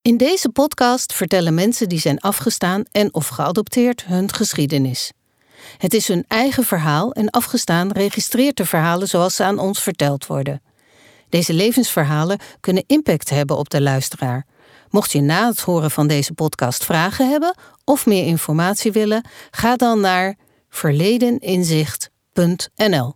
In deze podcast vertellen mensen die zijn afgestaan en of geadopteerd hun geschiedenis. Het is hun eigen verhaal en afgestaan registreert de verhalen zoals ze aan ons verteld worden. Deze levensverhalen kunnen impact hebben op de luisteraar. Mocht je na het horen van deze podcast vragen hebben of meer informatie willen, ga dan naar verledeninzicht.nl.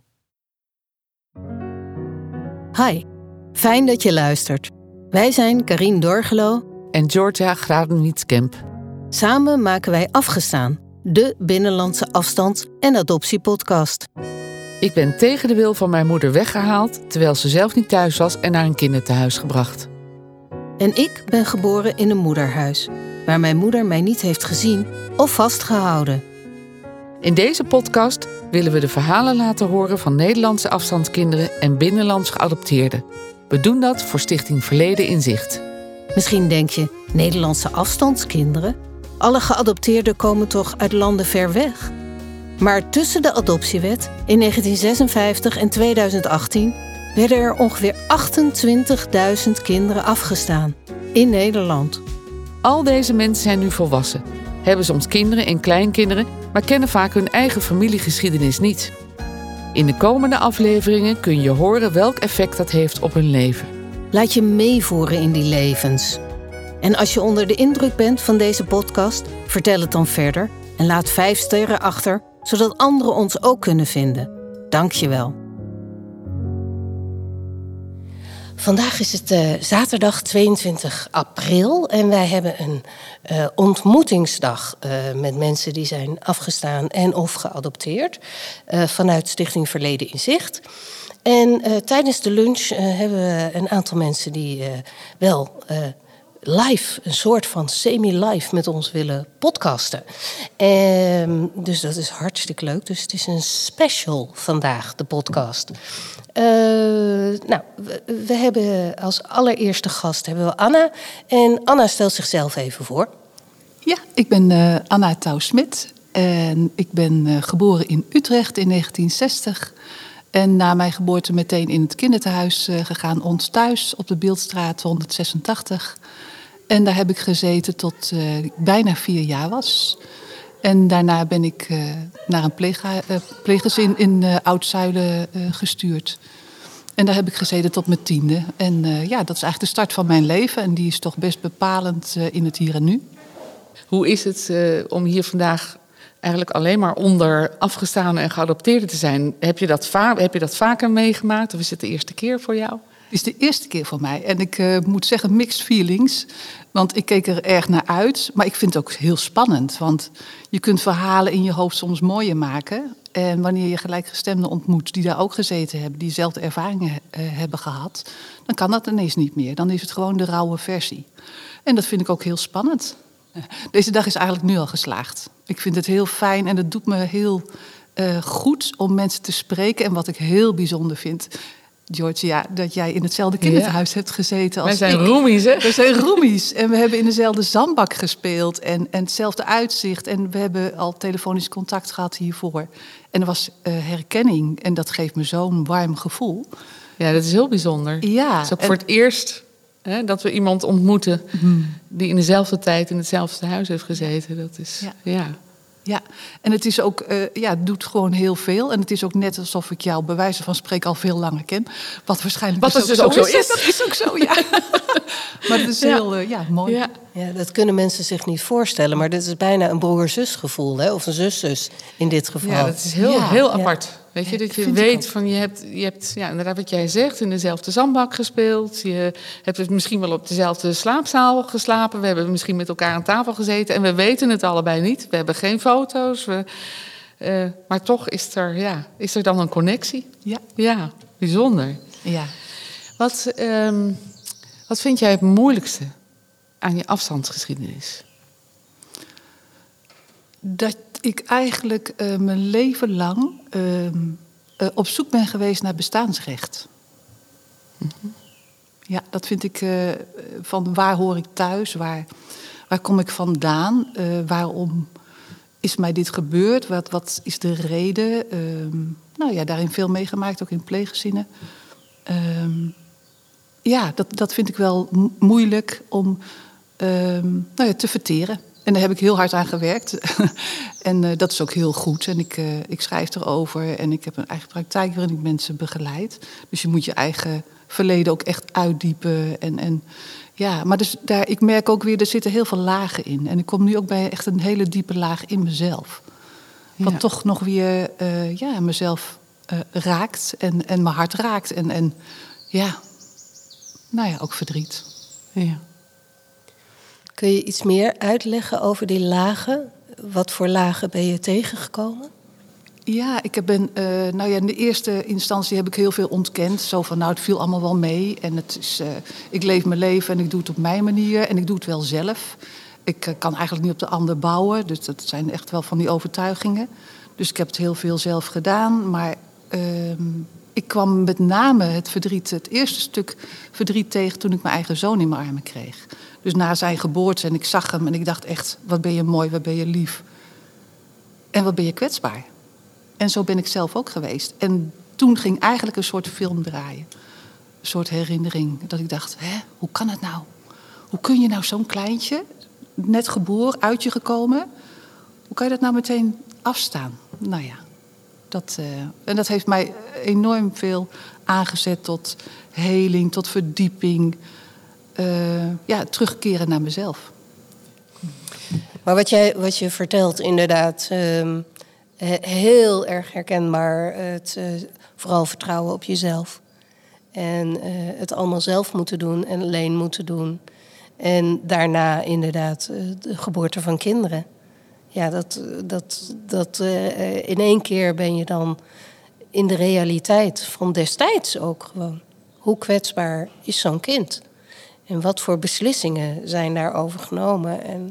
Hi, fijn dat je luistert. Wij zijn Karien Dorgelo en Georgia Gradenietskemp. Samen maken wij Afgestaan, de binnenlandse afstands- en adoptiepodcast. Ik ben tegen de wil van mijn moeder weggehaald, terwijl ze zelf niet thuis was en naar een kindertehuis gebracht. En ik ben geboren in een moederhuis, waar mijn moeder mij niet heeft gezien of vastgehouden. In deze podcast willen we de verhalen laten horen van Nederlandse afstandskinderen en binnenlands geadopteerden. We doen dat voor Stichting Verleden Inzicht. Misschien denk je, Nederlandse afstandskinderen? Alle geadopteerden komen toch uit landen ver weg? Maar tussen de adoptiewet in 1956 en 2018 werden er ongeveer 28.000 kinderen afgestaan in Nederland. Al deze mensen zijn nu volwassen, hebben soms kinderen en kleinkinderen, maar kennen vaak hun eigen familiegeschiedenis niet. In de komende afleveringen kun je horen welk effect dat heeft op hun leven. Laat je meevoeren in die levens. En als je onder de indruk bent van deze podcast, vertel het dan verder en laat 5 sterren achter, zodat anderen ons ook kunnen vinden. Dank je wel. Vandaag is het zaterdag 22 april en wij hebben een ontmoetingsdag met mensen die zijn afgestaan en of geadopteerd vanuit Stichting Verleden Inzicht. En tijdens de lunch hebben we een aantal mensen die live, een soort van semi-live met ons willen podcasten. Dus dat is hartstikke leuk. Dus het is een special vandaag, de podcast. We hebben als allereerste gast hebben we Anna. En Anna stelt zichzelf even voor. Ja, ik ben Anna Touw-Smit. En ik ben geboren in Utrecht in 1960. En na mijn geboorte meteen in het kindertehuis gegaan. Ons thuis op de Beeldstraat 186. En daar heb ik gezeten tot ik bijna 4 jaar was. En daarna ben ik naar een pleeggezin in Oud-Zuilen gestuurd. En daar heb ik gezeten tot mijn 10e. En dat is eigenlijk de start van mijn leven. En die is toch best bepalend in het hier en nu. Hoe is het om hier vandaag eigenlijk alleen maar onder afgestaanden en geadopteerden te zijn? Heb je dat vaker meegemaakt of is het de eerste keer voor jou? Het is de eerste keer voor mij. En ik moet zeggen mixed feelings. Want ik keek er erg naar uit. Maar ik vind het ook heel spannend. Want je kunt verhalen in je hoofd soms mooier maken. En wanneer je gelijkgestemden ontmoet die daar ook gezeten hebben, die dezelfde ervaringen hebben gehad, dan kan dat ineens niet meer. Dan is het gewoon de rauwe versie. En dat vind ik ook heel spannend. Deze dag is eigenlijk nu al geslaagd. Ik vind het heel fijn en het doet me heel goed om mensen te spreken. En wat ik heel bijzonder vind, Georgia, dat jij in hetzelfde kinderthuis hebt gezeten als Wij zijn roomies, hè? We zijn roomies. En we hebben in dezelfde zandbak gespeeld en hetzelfde uitzicht. En we hebben al telefonisch contact gehad hiervoor. En er was herkenning en dat geeft me zo'n warm gevoel. Ja, dat is heel bijzonder. Ja. Het is ook voor het eerst dat we iemand ontmoeten die in dezelfde tijd in hetzelfde huis heeft gezeten. Dat is, Ja, en het is ook, het doet gewoon heel veel. En het is ook net alsof ik jou bij wijze van spreken al veel langer ken. Wat waarschijnlijk ook zo is. Dat is ook zo, ja. Maar het is heel mooi. Ja, dat kunnen mensen zich niet voorstellen. Maar dit is bijna een broer-zus gevoel, hè? Of een zus-zus in dit geval. Ja, dat is heel apart. Ja. Weet je, dat je weet van je hebt inderdaad wat jij zegt, in dezelfde zandbak gespeeld. Je hebt misschien wel op dezelfde slaapzaal geslapen. We hebben misschien met elkaar aan tafel gezeten. En we weten het allebei niet. We hebben geen foto's. Maar toch is er dan een connectie. Ja, bijzonder. Ja. Wat vind jij het moeilijkste aan je afstandsgeschiedenis? Dat ik eigenlijk mijn leven lang op zoek ben geweest naar bestaansrecht. Mm-hmm. Ja, dat vind ik van waar hoor ik thuis, waar kom ik vandaan, waarom is mij dit gebeurd, wat is de reden. Daarin veel meegemaakt, ook in pleeggezinnen. Dat vind ik wel moeilijk om te verteren. En daar heb ik heel hard aan gewerkt. En dat is ook heel goed. En ik schrijf erover. En ik heb een eigen praktijk waarin ik mensen begeleid. Dus je moet je eigen verleden ook echt uitdiepen. Maar dus ik merk ook weer, er zitten heel veel lagen in. En ik kom nu ook bij echt een hele diepe laag in mezelf. Wat toch nog weer mezelf raakt. En mijn hart raakt. Ook verdriet. Ja. Kun je iets meer uitleggen over die lagen? Wat voor lagen ben je tegengekomen? Ja, in de eerste instantie heb ik heel veel ontkend. Zo van, het viel allemaal wel mee. En het is, ik leef mijn leven en ik doe het op mijn manier. En ik doe het wel zelf. Ik kan eigenlijk niet op de ander bouwen. Dus dat zijn echt wel van die overtuigingen. Dus ik heb het heel veel zelf gedaan. Maar ik kwam met name het eerste stuk verdriet tegen toen ik mijn eigen zoon in mijn armen kreeg. Dus na zijn geboorte en ik zag hem en ik dacht echt, wat ben je mooi, wat ben je lief. En wat ben je kwetsbaar. En zo ben ik zelf ook geweest. En toen ging eigenlijk een soort film draaien. Een soort herinnering. Dat ik dacht, hoe kan het nou? Hoe kun je nou zo'n kleintje, net geboren, uit je gekomen, hoe kan je dat nou meteen afstaan? Nou ja, dat heeft mij enorm veel aangezet tot heling, tot verdieping. Terugkeren naar mezelf. Maar wat je vertelt, inderdaad, heel erg herkenbaar. Vooral vertrouwen op jezelf. En het allemaal zelf moeten doen en alleen moeten doen. En daarna inderdaad de geboorte van kinderen. Ja, dat in één keer ben je dan in de realiteit van destijds ook gewoon. Hoe kwetsbaar is zo'n kind? En wat voor beslissingen zijn daarover genomen? En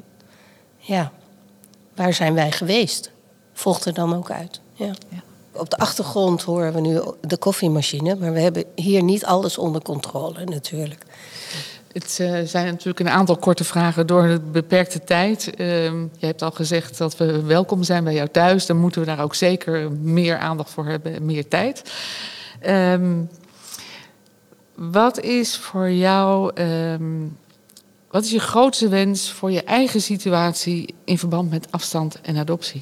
waar zijn wij geweest? Volgt er dan ook uit. Ja. Ja. Op de achtergrond horen we nu de koffiemachine, maar we hebben hier niet alles onder controle natuurlijk. Het zijn natuurlijk een aantal korte vragen door de beperkte tijd. Je hebt al gezegd dat we welkom zijn bij jou thuis. Dan moeten we daar ook zeker meer aandacht voor hebben, meer tijd. Wat is voor jou, wat is je grootste wens voor je eigen situatie in verband met afstand en adoptie?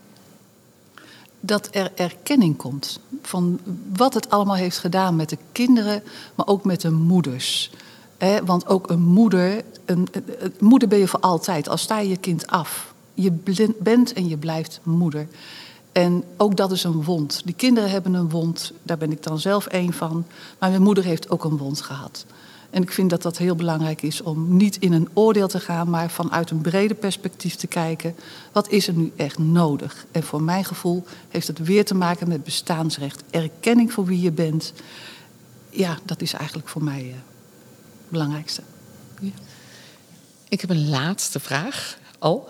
Dat er erkenning komt van wat het allemaal heeft gedaan met de kinderen, maar ook met de moeders. Want ook een moeder ben je voor altijd, al sta je je kind af. Je bent en je blijft moeder. En ook dat is een wond. Die kinderen hebben een wond, daar ben ik dan zelf één van. Maar mijn moeder heeft ook een wond gehad. En ik vind dat dat heel belangrijk is om niet in een oordeel te gaan, maar vanuit een breder perspectief te kijken. Wat is er nu echt nodig? En voor mijn gevoel heeft het weer te maken met bestaansrecht. Erkenning voor wie je bent. Ja, dat is eigenlijk voor mij het belangrijkste. Ja. Ik heb een laatste vraag al.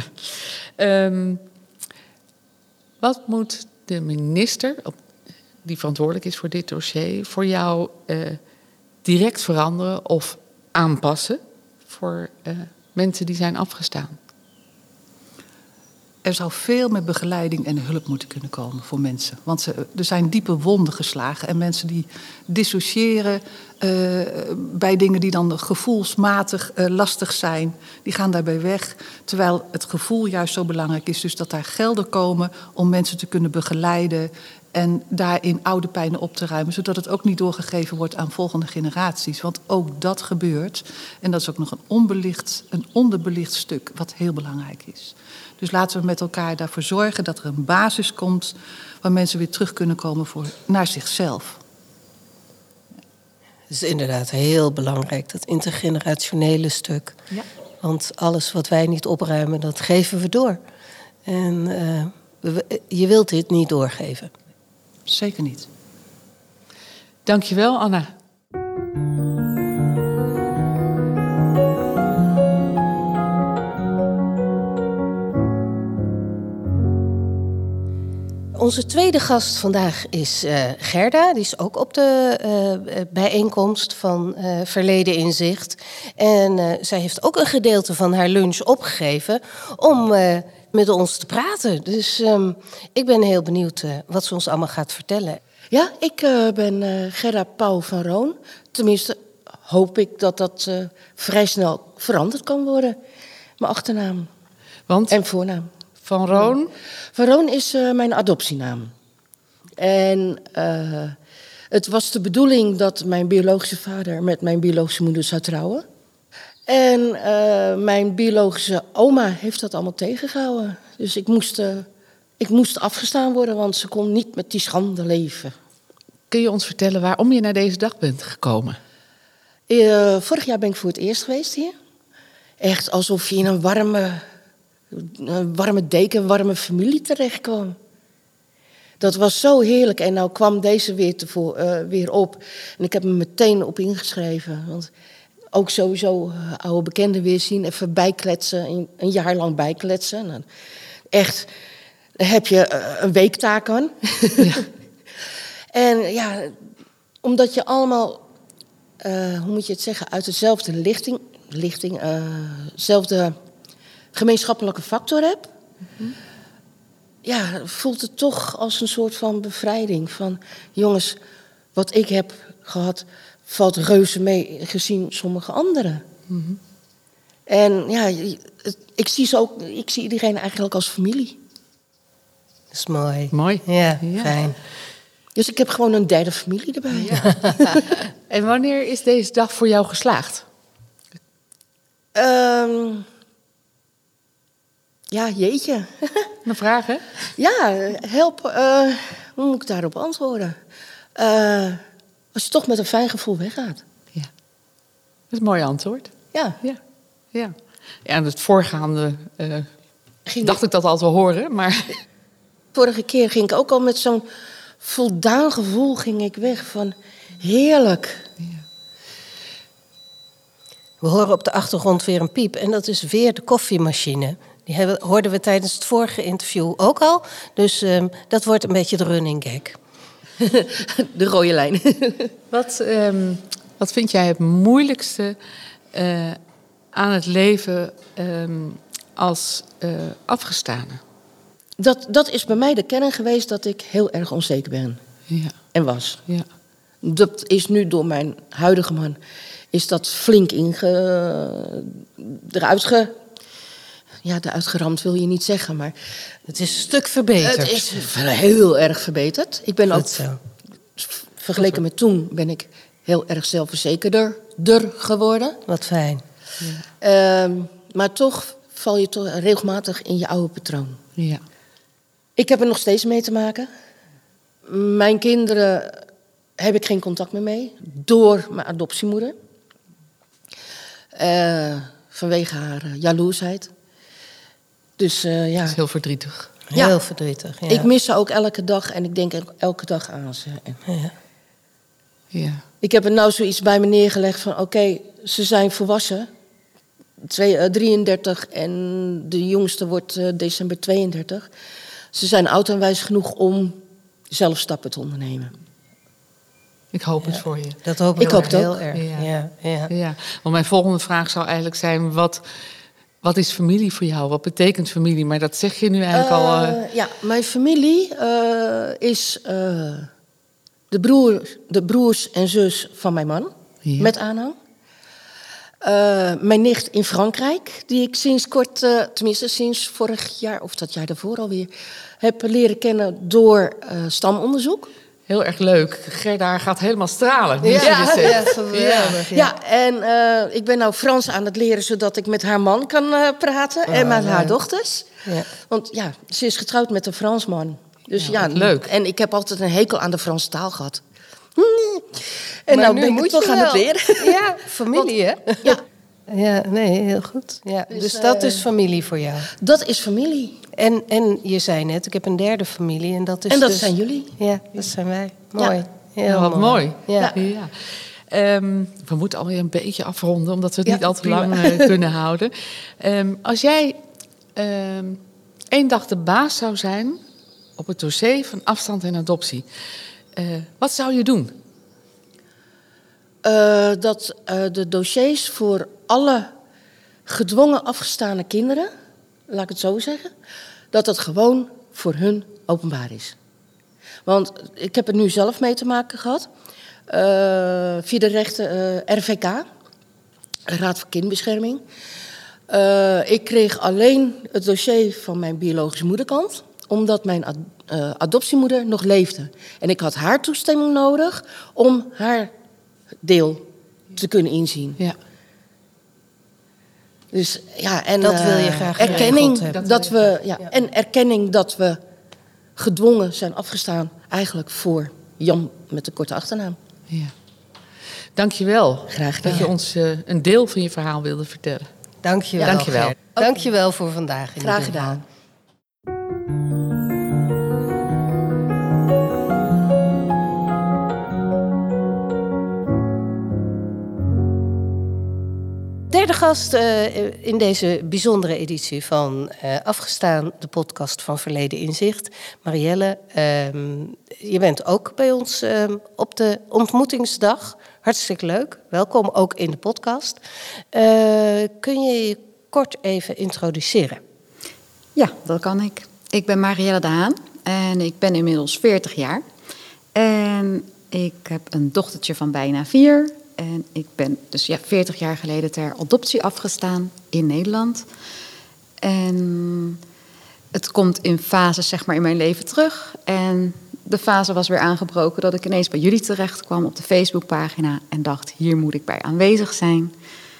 Wat moet de minister, die verantwoordelijk is voor dit dossier, voor jou direct veranderen of aanpassen voor mensen die zijn afgestaan? Er zou veel meer begeleiding en hulp moeten kunnen komen voor mensen. Want er zijn diepe wonden geslagen. En mensen die dissociëren bij dingen die dan gevoelsmatig lastig zijn, die gaan daarbij weg. Terwijl het gevoel juist zo belangrijk is. Dus dat daar gelden komen om mensen te kunnen begeleiden en daarin oude pijnen op te ruimen, zodat het ook niet doorgegeven wordt aan volgende generaties. Want ook dat gebeurt. En dat is ook nog een onderbelicht stuk wat heel belangrijk is. Dus laten we met elkaar daarvoor zorgen dat er een basis komt waar mensen weer terug kunnen komen naar zichzelf. Het is inderdaad heel belangrijk, dat intergenerationele stuk. Ja. Want alles wat wij niet opruimen, dat geven we door. En je wilt dit niet doorgeven. Zeker niet. Dankjewel, Anna. Onze tweede gast vandaag is Gerda. Die is ook op de bijeenkomst van Verleden in Zicht. En zij heeft ook een gedeelte van haar lunch opgegeven om met ons te praten. Dus ik ben heel benieuwd wat ze ons allemaal gaat vertellen. Ja, ik ben Gerda Pauw van Roon. Tenminste, hoop ik dat vrij snel veranderd kan worden. Mijn achternaam Want en voornaam. Van Roon, Van Roon is mijn adoptienaam. En het was de bedoeling dat mijn biologische vader met mijn biologische moeder zou trouwen. En mijn biologische oma heeft dat allemaal tegengehouden. Dus ik moest afgestaan worden, want ze kon niet met die schande leven. kun je ons vertellen waarom je naar deze dag bent gekomen? Vorig jaar ben ik voor het eerst geweest hier. Echt alsof je in een warme deken, een warme familie terecht kwam. Dat was zo heerlijk. En nou kwam deze weer op. En ik heb me meteen op ingeschreven. Want ook sowieso oude bekenden weer zien. Even bijkletsen. Een jaar lang bijkletsen. En dan echt, daar heb je een weektaak aan. Ja. En ja, omdat je allemaal, hoe moet je het zeggen, uit dezelfde dezelfde gemeenschappelijke factor hebt. Mm-hmm. Ja, voelt het toch als een soort van bevrijding. Van, jongens, wat ik heb gehad, valt reuze mee gezien sommige anderen. Mm-hmm. En ja, ik zie iedereen eigenlijk als familie. Dat is mooi. Mooi. Ja, fijn. Dus ik heb gewoon een derde familie erbij. Ja. En wanneer is deze dag voor jou geslaagd? Ja, jeetje. Een vraag, hè? Ja, help. Hoe moet ik daarop antwoorden? Als je toch met een fijn gevoel weggaat. Ja, dat is een mooi antwoord. Ja. Ja, en het voorgaande dacht ik dat al te horen, maar... Vorige keer ging ik ook al met zo'n voldaan gevoel ging ik weg van heerlijk. Ja. We horen op de achtergrond weer een piep en dat is weer de koffiemachine. Die hoorden we tijdens het vorige interview ook al. Dus dat wordt een beetje de running gag. De rode lijn. Wat vind jij het moeilijkste aan het leven als afgestane? Dat is bij mij de kern geweest dat ik heel erg onzeker ben. Ja. En was. Ja. Dat is nu door mijn huidige man... is dat flink eruit geramd wil je niet zeggen, maar... Het is een stuk verbeterd. Het is heel erg verbeterd. Ik ben ook, vergeleken met toen, ben ik heel erg zelfverzekerder geworden. Wat fijn. Ja. Maar toch val je toch regelmatig in je oude patroon. Ja. Ik heb er nog steeds mee te maken. Mijn kinderen heb ik geen contact meer mee. Door mijn adoptiemoeder. Vanwege haar jaloersheid. Dus ja. Dat is heel verdrietig. Heel verdrietig, ja. Ik mis ze ook elke dag en ik denk elke dag aan ze. Ja. Ik heb er nou zoiets bij me neergelegd van... Oké, ze zijn volwassen. 33 en de jongste wordt december 32. Ze zijn oud en wijs genoeg om zelf stappen te ondernemen. Ik hoop het voor je. Dat hoop ik ook heel erg. Ja. Want mijn volgende vraag zou eigenlijk zijn... Wat is familie voor jou? Wat betekent familie? Maar dat zeg je nu eigenlijk al... Ja, mijn familie is de broers en zus van mijn man. Ja. Met aanhang. Mijn nicht in Frankrijk, die ik sinds kort, tenminste sinds vorig jaar... of dat jaar daarvoor alweer, heb leren kennen door stamonderzoek. Heel erg leuk. Gerda gaat helemaal stralen. Geweldig. Ja, en ik ben nou Frans aan het leren... zodat ik met haar man kan praten en met haar dochters. Ja. Want ja, ze is getrouwd met een Fransman. Dus ja, leuk. En ik heb altijd een hekel aan de Franse taal gehad. En maar nou ben ik het toch aan het leren. Ja, familie, hè? Ja. Ja, nee, heel goed. Ja, dus dat is familie voor jou? Dat is familie. En je zei net, ik heb een derde familie. En dat zijn jullie? Ja, dat zijn wij. Mooi. Ja. Heel wat mooi. Ja. We moeten alweer een beetje afronden, omdat we het niet al te lang kunnen houden. Als jij 1 dag de baas zou zijn op het dossier van afstand en adoptie, wat zou je doen? Dat de dossiers voor alle gedwongen afgestane kinderen, laat ik het zo zeggen, dat het gewoon voor hun openbaar is. Want ik heb er nu zelf mee te maken gehad. via de rechter RVK, Raad voor Kinderbescherming. Ik kreeg alleen het dossier van mijn biologische moederkant, omdat mijn adoptiemoeder nog leefde. En ik had haar toestemming nodig om haar deel te kunnen inzien. Ja. Dus ja, en Dat wil je graag erkenning geregeld dat we en erkenning dat we gedwongen zijn afgestaan, eigenlijk voor Jan met de korte achternaam. Ja. Dank je wel. Graag gedaan. Dat je ons een deel van je verhaal wilde vertellen. Dank je wel. Dank je wel. Gert. Dank je wel voor vandaag. in Graag ieder geval. gedaan. Derde gast in deze bijzondere editie van Afgestaan, de podcast van Verleden Inzicht. Marielle, je bent ook bij ons op de ontmoetingsdag. Hartstikke leuk. Welkom ook in de podcast. Kun je je kort even introduceren? Ja, dat kan ik. Ik ben Marielle de Haan en ik ben inmiddels 40 jaar. En ik heb een dochtertje van bijna 4. En ik ben dus 40 jaar geleden ter adoptie afgestaan in Nederland. En het komt in fases zeg maar in mijn leven terug. En de fase was weer aangebroken dat ik ineens bij jullie terecht kwam op de Facebookpagina en dacht, hier moet ik bij aanwezig zijn.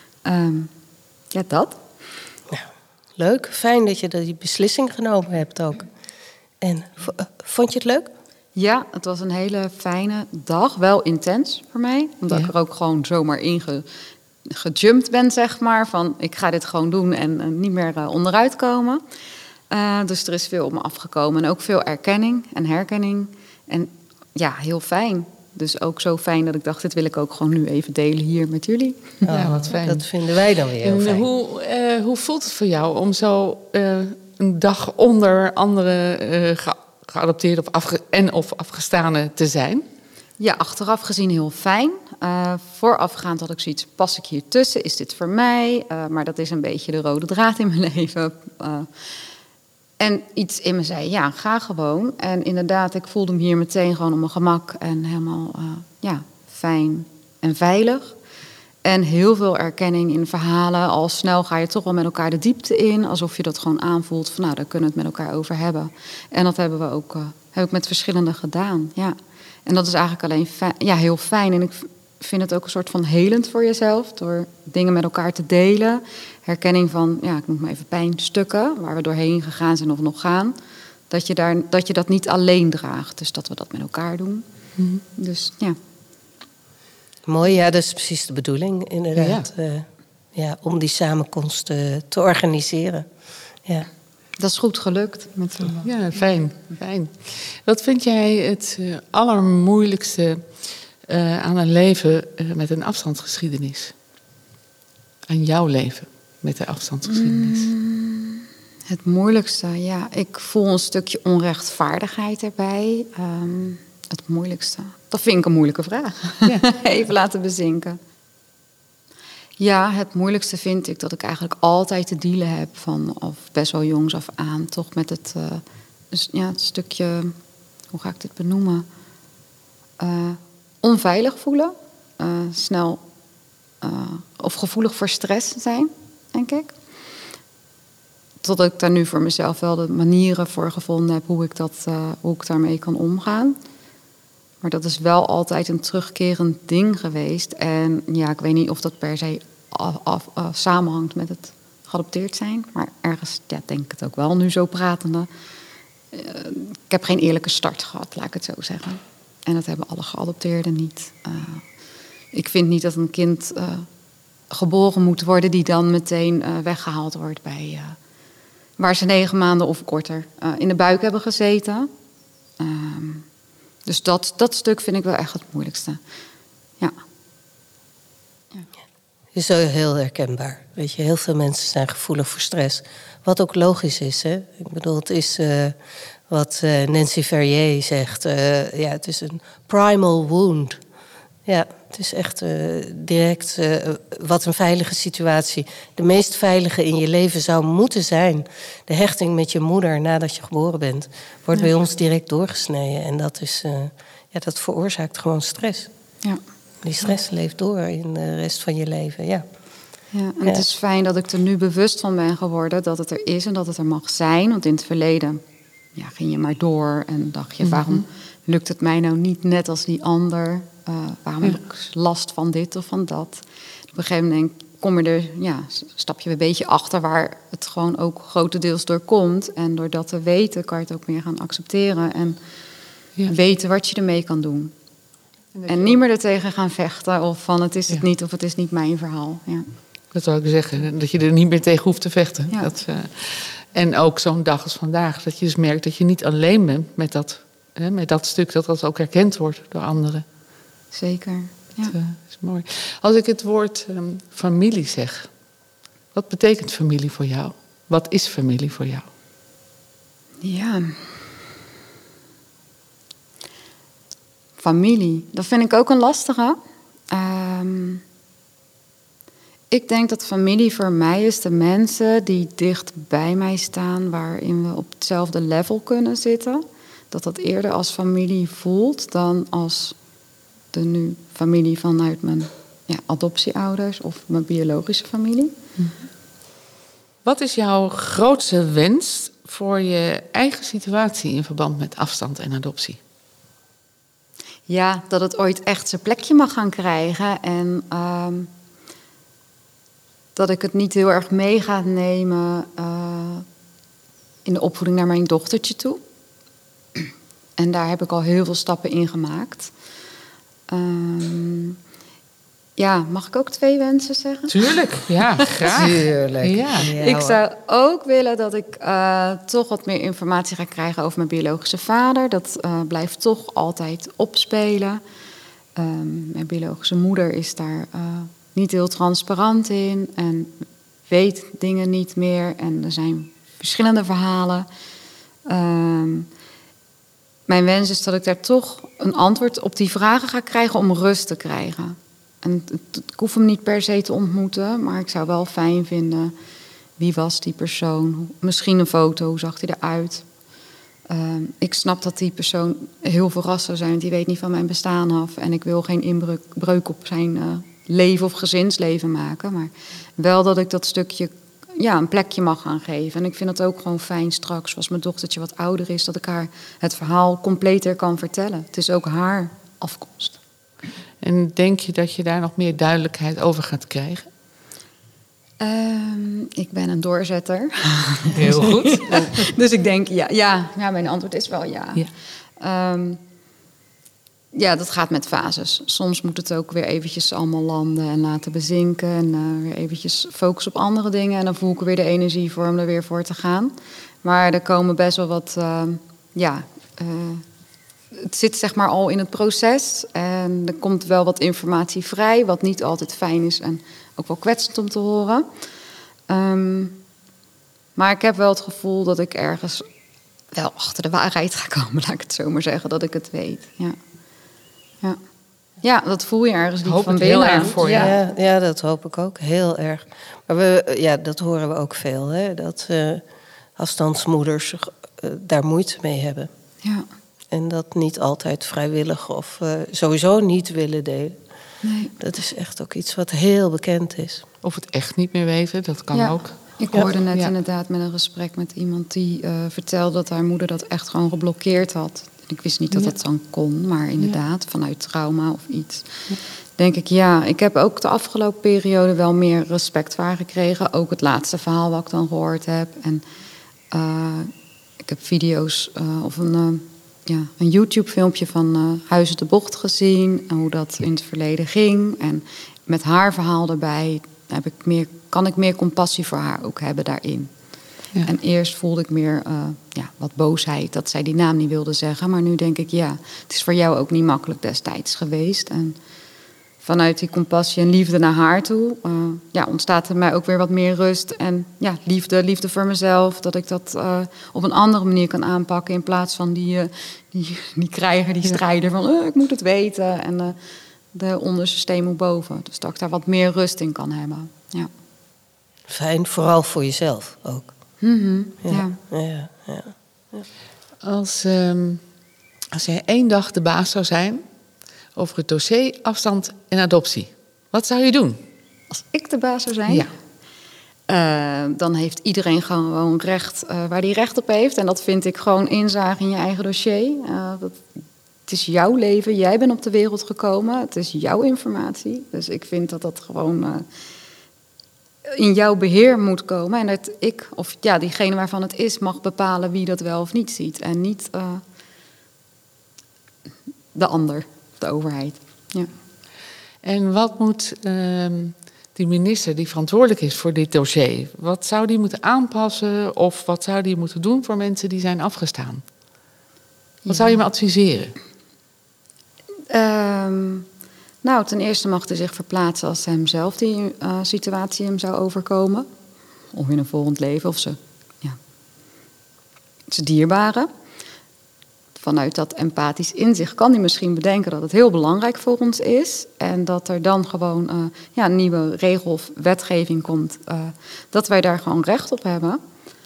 Ja, dat. Nou, leuk. Fijn dat je die beslissing genomen hebt ook. En vond je het leuk? Ja, het was een hele fijne dag. Wel intens voor mij. Omdat ik er ook gewoon zomaar in gejumpt ben, zeg maar. Van, ik ga dit gewoon doen en niet meer onderuit komen. Dus er is veel op me afgekomen. En ook veel erkenning en herkenning. En ja, heel fijn. Dus ook zo fijn dat ik dacht, dit wil ik ook gewoon nu even delen hier met jullie. Ja, wat fijn. Dat vinden wij dan weer heel En fijn. hoe voelt het voor jou om zo een dag onder andere geadopteerd of afgestane te zijn? Ja, achteraf gezien heel fijn. Voorafgaand had ik zoiets, pas ik hier tussen? Is dit voor mij? Maar dat is een beetje de rode draad in mijn leven. En iets in me zei, ja, ga gewoon. En inderdaad, ik voelde me hier meteen gewoon op mijn gemak. En helemaal fijn en veilig. En heel veel erkenning in verhalen. Al snel ga je toch wel met elkaar de diepte in. Alsof je dat gewoon aanvoelt van, nou, daar kunnen we het met elkaar over hebben. En dat hebben we ook, heb ik met verschillende gedaan, ja. En dat is eigenlijk alleen heel fijn. En ik vind het ook een soort van helend voor jezelf. Door dingen met elkaar te delen. Herkenning van, ik noem maar even pijnstukken. Waar we doorheen gegaan zijn of nog gaan. Dat je dat niet alleen draagt. Dus dat we dat met elkaar doen. Mm-hmm. Dus ja. Mooi, ja, dat is precies de bedoeling, inderdaad. Om die samenkomst te organiseren. Ja. Dat is goed gelukt. Ja, fijn. Wat vind jij het allermoeilijkste aan een leven met een afstandsgeschiedenis? Aan jouw leven met de afstandsgeschiedenis? Het moeilijkste, ik voel een stukje onrechtvaardigheid erbij. Het moeilijkste, dat vind ik een moeilijke vraag. Ja. Even laten bezinken. Ja, het moeilijkste vind ik dat ik eigenlijk altijd te dealen heb of best wel jongs af aan, toch met het stukje, hoe ga ik dit benoemen? Onveilig voelen, snel of gevoelig voor stress zijn, denk ik. Totdat ik daar nu voor mezelf wel de manieren voor gevonden heb hoe ik daarmee kan omgaan. Maar dat is wel altijd een terugkerend ding geweest. En ik weet niet of dat per se samenhangt met het geadopteerd zijn. Maar ergens denk ik het ook wel, nu zo pratende. Ik heb geen eerlijke start gehad, laat ik het zo zeggen. En dat hebben alle geadopteerden niet. Ik vind niet dat een kind geboren moet worden die dan meteen weggehaald wordt bij waar ze 9 maanden of korter in de buik hebben gezeten. Dus dat stuk vind ik wel echt het moeilijkste. Ja. Is zo heel herkenbaar. Weet je, heel veel mensen zijn gevoelig voor stress. Wat ook logisch is, hè. Ik bedoel, het is wat Nancy Verrier zegt. Het is een primal wound. Ja, het is echt direct wat een veilige situatie. De meest veilige in je leven zou moeten zijn. De hechting met je moeder nadat je geboren bent, wordt bij ons direct doorgesneden. En dat is, dat veroorzaakt gewoon stress. Ja. Die stress leeft door in de rest van je leven, ja. Ja, en het is fijn dat ik er nu bewust van ben geworden dat het er is en dat het er mag zijn. Want in het verleden ging je maar door en dacht je, waarom lukt het mij nou niet net als die ander? Waarom heb ik last van dit of van dat? Op een gegeven moment stap je een beetje achter waar het gewoon ook grotendeels door komt. En door dat te weten kan je het ook meer gaan accepteren en weten wat je ermee kan doen. En niet meer ertegen gaan vechten of van het is het niet of het is niet mijn verhaal. Ja. Dat zou ik zeggen, dat je er niet meer tegen hoeft te vechten. Ja. En ook zo'n dag als vandaag, dat je dus merkt dat je niet alleen bent met dat stuk, dat ook herkend wordt door anderen. Zeker, ja. Dat is mooi. Als ik het woord familie zeg, wat betekent familie voor jou? Wat is familie voor jou? Ja. Familie, dat vind ik ook een lastige. Ik denk dat familie voor mij is de mensen die dicht bij mij staan, waarin we op hetzelfde level kunnen zitten. Dat eerder als familie voelt dan als de familie vanuit mijn adoptieouders of mijn biologische familie. Wat is jouw grootste wens voor je eigen situatie in verband met afstand en adoptie? Ja, dat het ooit echt zijn plekje mag gaan krijgen. En dat ik het niet heel erg mee ga nemen in de opvoeding naar mijn dochtertje toe. En daar heb ik al heel veel stappen in gemaakt. Mag ik ook 2 wensen zeggen? Tuurlijk, ja, graag. Tuurlijk. Ja. Ik zou ook willen dat ik toch wat meer informatie ga krijgen over mijn biologische vader. Dat blijft toch altijd opspelen. Mijn biologische moeder is daar niet heel transparant in en weet dingen niet meer. En er zijn verschillende verhalen. Mijn wens is dat ik daar toch een antwoord op die vragen ga krijgen om rust te krijgen. En ik hoef hem niet per se te ontmoeten, maar ik zou wel fijn vinden, wie was die persoon? Misschien een foto, hoe zag hij eruit? Ik snap dat die persoon heel verrast zou zijn, want die weet niet van mijn bestaan af. En ik wil geen inbreuk op zijn leven of gezinsleven maken. Maar wel dat ik dat stukje een plekje mag gaan geven. En ik vind het ook gewoon fijn straks, als mijn dochtertje wat ouder is, dat ik haar het verhaal completer kan vertellen. Het is ook haar afkomst. En denk je dat je daar nog meer duidelijkheid over gaat krijgen? Ik ben een doorzetter. Heel goed. Dus ik denk ja, mijn antwoord is wel ja. Dat gaat met fases. Soms moet het ook weer eventjes allemaal landen en laten bezinken. En weer eventjes focussen op andere dingen. En dan voel ik weer de energie voor om er weer voor te gaan. Maar er komen best wel wat... het zit zeg maar al in het proces. En er komt wel wat informatie vrij, wat niet altijd fijn is en ook wel kwetsend om te horen. Maar ik heb wel het gevoel dat ik ergens wel achter de waarheid ga komen, laat ik het zo maar zeggen, dat ik het weet. Ja, dat voel je ergens niet van binnen. Heel erg voor je. Ja, dat hoop ik ook, heel erg. Maar dat horen we ook veel, hè? Dat afstandsmoeders daar moeite mee hebben. Ja. En dat niet altijd vrijwillig of sowieso niet willen delen. Nee. Dat is echt ook iets wat heel bekend is. Of het echt niet meer weten, dat kan ook. Ik hoorde net inderdaad met een gesprek met iemand die vertelde dat haar moeder dat echt gewoon geblokkeerd had. Ik wist niet dat dat dan kon, maar inderdaad, vanuit trauma of iets. Denk ik, ik heb ook de afgelopen periode wel meer respect voor haar gekregen. Ook het laatste verhaal wat ik dan gehoord heb. En ik heb video's of een YouTube-filmpje van Huizen de Bocht gezien. En hoe dat in het verleden ging. En met haar verhaal erbij kan ik meer compassie voor haar ook hebben daarin. Ja. En eerst voelde ik meer wat boosheid dat zij die naam niet wilde zeggen. Maar nu denk ik, het is voor jou ook niet makkelijk destijds geweest. En vanuit die compassie en liefde naar haar toe ontstaat er mij ook weer wat meer rust. En liefde voor mezelf. Dat ik dat op een andere manier kan aanpakken. In plaats van die krijger, die strijder van ik moet het weten. En de onderste steen moet boven. Dus dat ik daar wat meer rust in kan hebben. Ja. Fijn, vooral voor jezelf ook. Mm-hmm, ja. Als jij 1 dag de baas zou zijn over het dossier afstand en adoptie. Wat zou je doen? Als ik de baas zou zijn, dan heeft iedereen gewoon recht waar hij recht op heeft. En dat vind ik gewoon inzage in je eigen dossier. Het is jouw leven, jij bent op de wereld gekomen. Het is jouw informatie. Dus ik vind dat dat gewoon in jouw beheer moet komen. En dat ik, of ja, diegene waarvan het is, mag bepalen wie dat wel of niet ziet. En niet de ander, de overheid. Ja. En wat moet die minister die verantwoordelijk is voor dit dossier, wat zou die moeten aanpassen of wat zou die moeten doen voor mensen die zijn afgestaan? Wat zou je me adviseren? Nou, ten eerste mag hij zich verplaatsen als hemzelf die situatie hem zou overkomen. Of in een volgend leven, of zijn dierbaren. Vanuit dat empathisch inzicht kan hij misschien bedenken dat het heel belangrijk voor ons is. En dat er dan gewoon een nieuwe regel of wetgeving komt. Dat wij daar gewoon recht op hebben.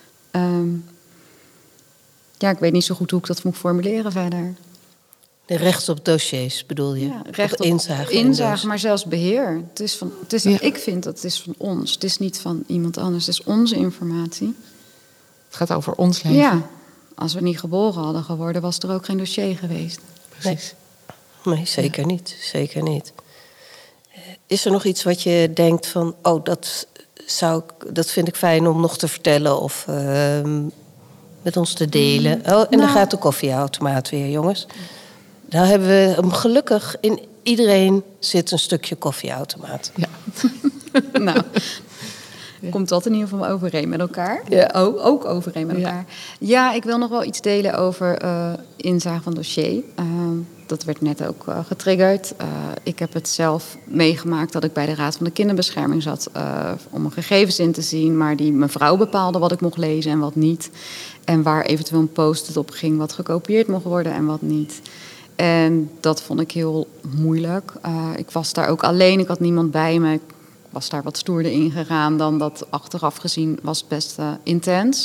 Ik weet niet zo goed hoe ik dat moet formuleren verder. De recht op dossiers bedoel je? Ja, recht op inzage, maar zelfs beheer. Ik vind dat het is van ons. Het is niet van iemand anders. Het is onze informatie. Het gaat over ons leven. Ja, als we niet geboren hadden geworden, was er ook geen dossier geweest. Precies. Nee, zeker niet. Zeker niet. Is er nog iets wat je denkt van, dat vind ik fijn om nog te vertellen of met ons te delen? Dan gaat de koffieautomaat weer, jongens. Daar hebben we hem gelukkig in iedereen zit een stukje koffieautomaat. Ja. Nou, komt dat in ieder geval overeen met elkaar? Ja. Ook overeen met elkaar. Ja, ik wil nog wel iets delen over inzage van dossier. Dat werd net ook getriggerd. Ik heb het zelf meegemaakt dat ik bij de Raad van de Kinderbescherming zat om mijn gegevens in te zien, maar die mevrouw bepaalde wat ik mocht lezen en wat niet. En waar eventueel een post-it op ging wat gekopieerd mocht worden en wat niet. En dat vond ik heel moeilijk. Ik was daar ook alleen, ik had niemand bij me. Ik was daar wat stoerder in gegaan dan dat achteraf gezien was best intens.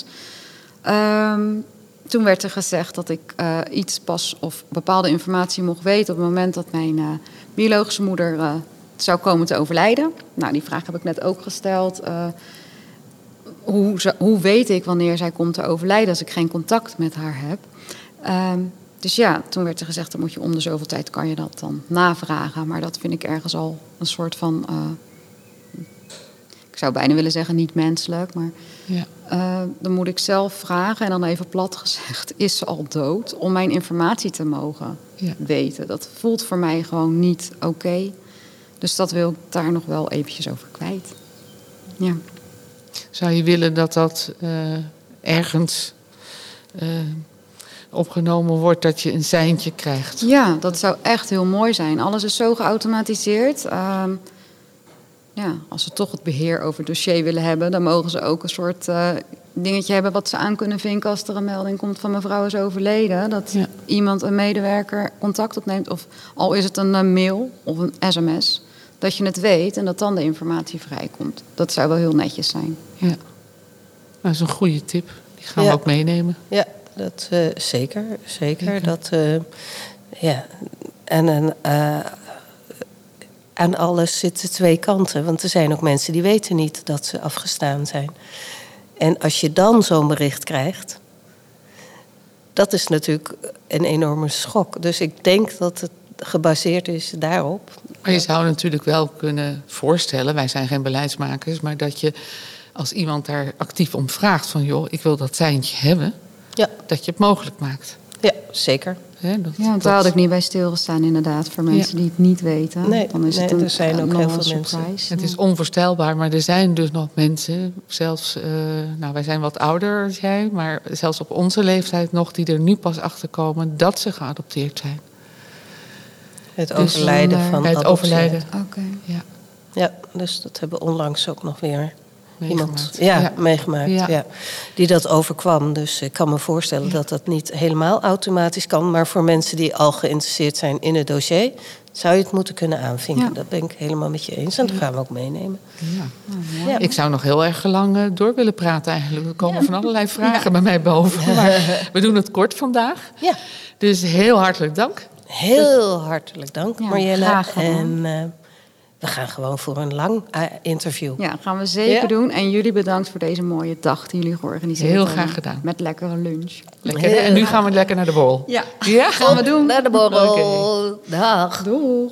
Toen werd er gezegd dat ik iets pas of bepaalde informatie mocht weten op het moment dat mijn biologische moeder zou komen te overlijden. Nou, die vraag heb ik net ook gesteld. Hoe weet ik wanneer zij komt te overlijden als ik geen contact met haar heb? Dus ja, toen werd er gezegd, dan moet je om de zoveel tijd kan je dat dan navragen. Maar dat vind ik ergens al een soort van, ik zou bijna willen zeggen niet menselijk. Maar dan moet ik zelf vragen en dan even plat gezegd, is ze al dood? Om mijn informatie te mogen weten. Dat voelt voor mij gewoon niet oké. Dus dat wil ik daar nog wel eventjes over kwijt. Ja. Zou je willen dat dat ergens opgenomen wordt, dat je een seintje krijgt? Ja, dat zou echt heel mooi zijn. Alles is zo geautomatiseerd. Als ze toch het beheer over het dossier willen hebben, dan mogen ze ook een soort dingetje hebben wat ze aan kunnen vinken als er een melding komt van mevrouw is overleden. Dat iemand, een medewerker, contact opneemt. Of al is het een mail of een sms. Dat je het weet en dat dan de informatie vrijkomt. Dat zou wel heel netjes zijn. Ja, dat is een goede tip. Die gaan we ook meenemen. Ja, dat zeker. Dat, En aan alles zitten twee kanten. Want er zijn ook mensen die weten niet dat ze afgestaan zijn. En als je dan zo'n bericht krijgt, dat is natuurlijk een enorme schok. Dus ik denk dat het gebaseerd is daarop. Maar je zou natuurlijk wel kunnen voorstellen, wij zijn geen beleidsmakers, maar dat je als iemand daar actief om vraagt van joh, ik wil dat seintje hebben, dat je het mogelijk maakt. Ja, zeker. Want daar had ik niet bij stilgestaan inderdaad. Voor mensen die het niet weten. Nee, dan is het er zijn ook heel veel mensen. Het is onvoorstelbaar, maar er zijn dus nog mensen, zelfs, wij zijn wat ouder als jij, maar zelfs op onze leeftijd nog, die er nu pas achter komen dat ze geadopteerd zijn. Het overlijden van het adoptie. Overlijden. Oké. Ja, dus dat hebben we onlangs ook nog weer meegemaakt. iemand meegemaakt. Ja. Die dat overkwam. Dus ik kan me voorstellen dat dat niet helemaal automatisch kan. Maar voor mensen die al geïnteresseerd zijn in het dossier, zou je het moeten kunnen aanvinken. Ja. Dat ben ik helemaal met je eens. En dat gaan we ook meenemen. Ja. Ik zou nog heel erg lang door willen praten eigenlijk. Er komen van allerlei vragen bij mij boven. Maar we doen het kort vandaag. Ja. Dus heel hartelijk dank. Heel hartelijk dank, Ja, Marjelle. graag gedaan. En we gaan gewoon voor een lang interview. Ja, gaan we zeker doen. En jullie bedankt voor deze mooie dag die jullie georganiseerd Heel hebben. graag gedaan. Met lekkere lunch. Lekker. En nu gaan we lekker naar de borrel. Ja, Ja? gaan we doen. Naar de borrel. Oké. Dag. Doeg.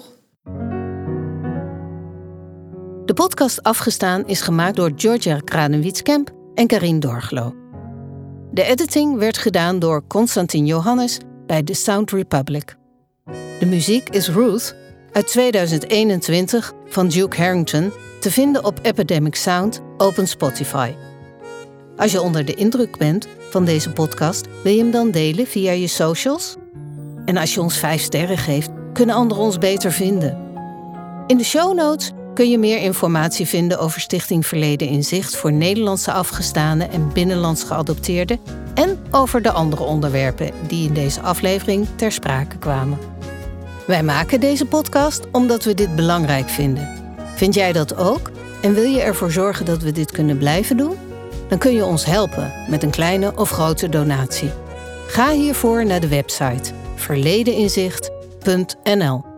De podcast Afgestaan is gemaakt door Georgia Kranenwietskemp en Karien Dorglo. De editing werd gedaan door Constantin Johannes bij The Sound Republic. De muziek is Ruth uit 2021 van Duke Harrington, te vinden op Epidemic Sound, Open Spotify. Als je onder de indruk bent van deze podcast, wil je hem dan delen via je socials? En als je ons 5 sterren geeft, kunnen anderen ons beter vinden. In de show notes kun je meer informatie vinden over Stichting Verleden in Zicht voor Nederlandse afgestaanden en binnenlands geadopteerden en over de andere onderwerpen die in deze aflevering ter sprake kwamen. Wij maken deze podcast omdat we dit belangrijk vinden. Vind jij dat ook? En wil je ervoor zorgen dat we dit kunnen blijven doen? Dan kun je ons helpen met een kleine of grote donatie. Ga hiervoor naar de website verledeninzicht.nl.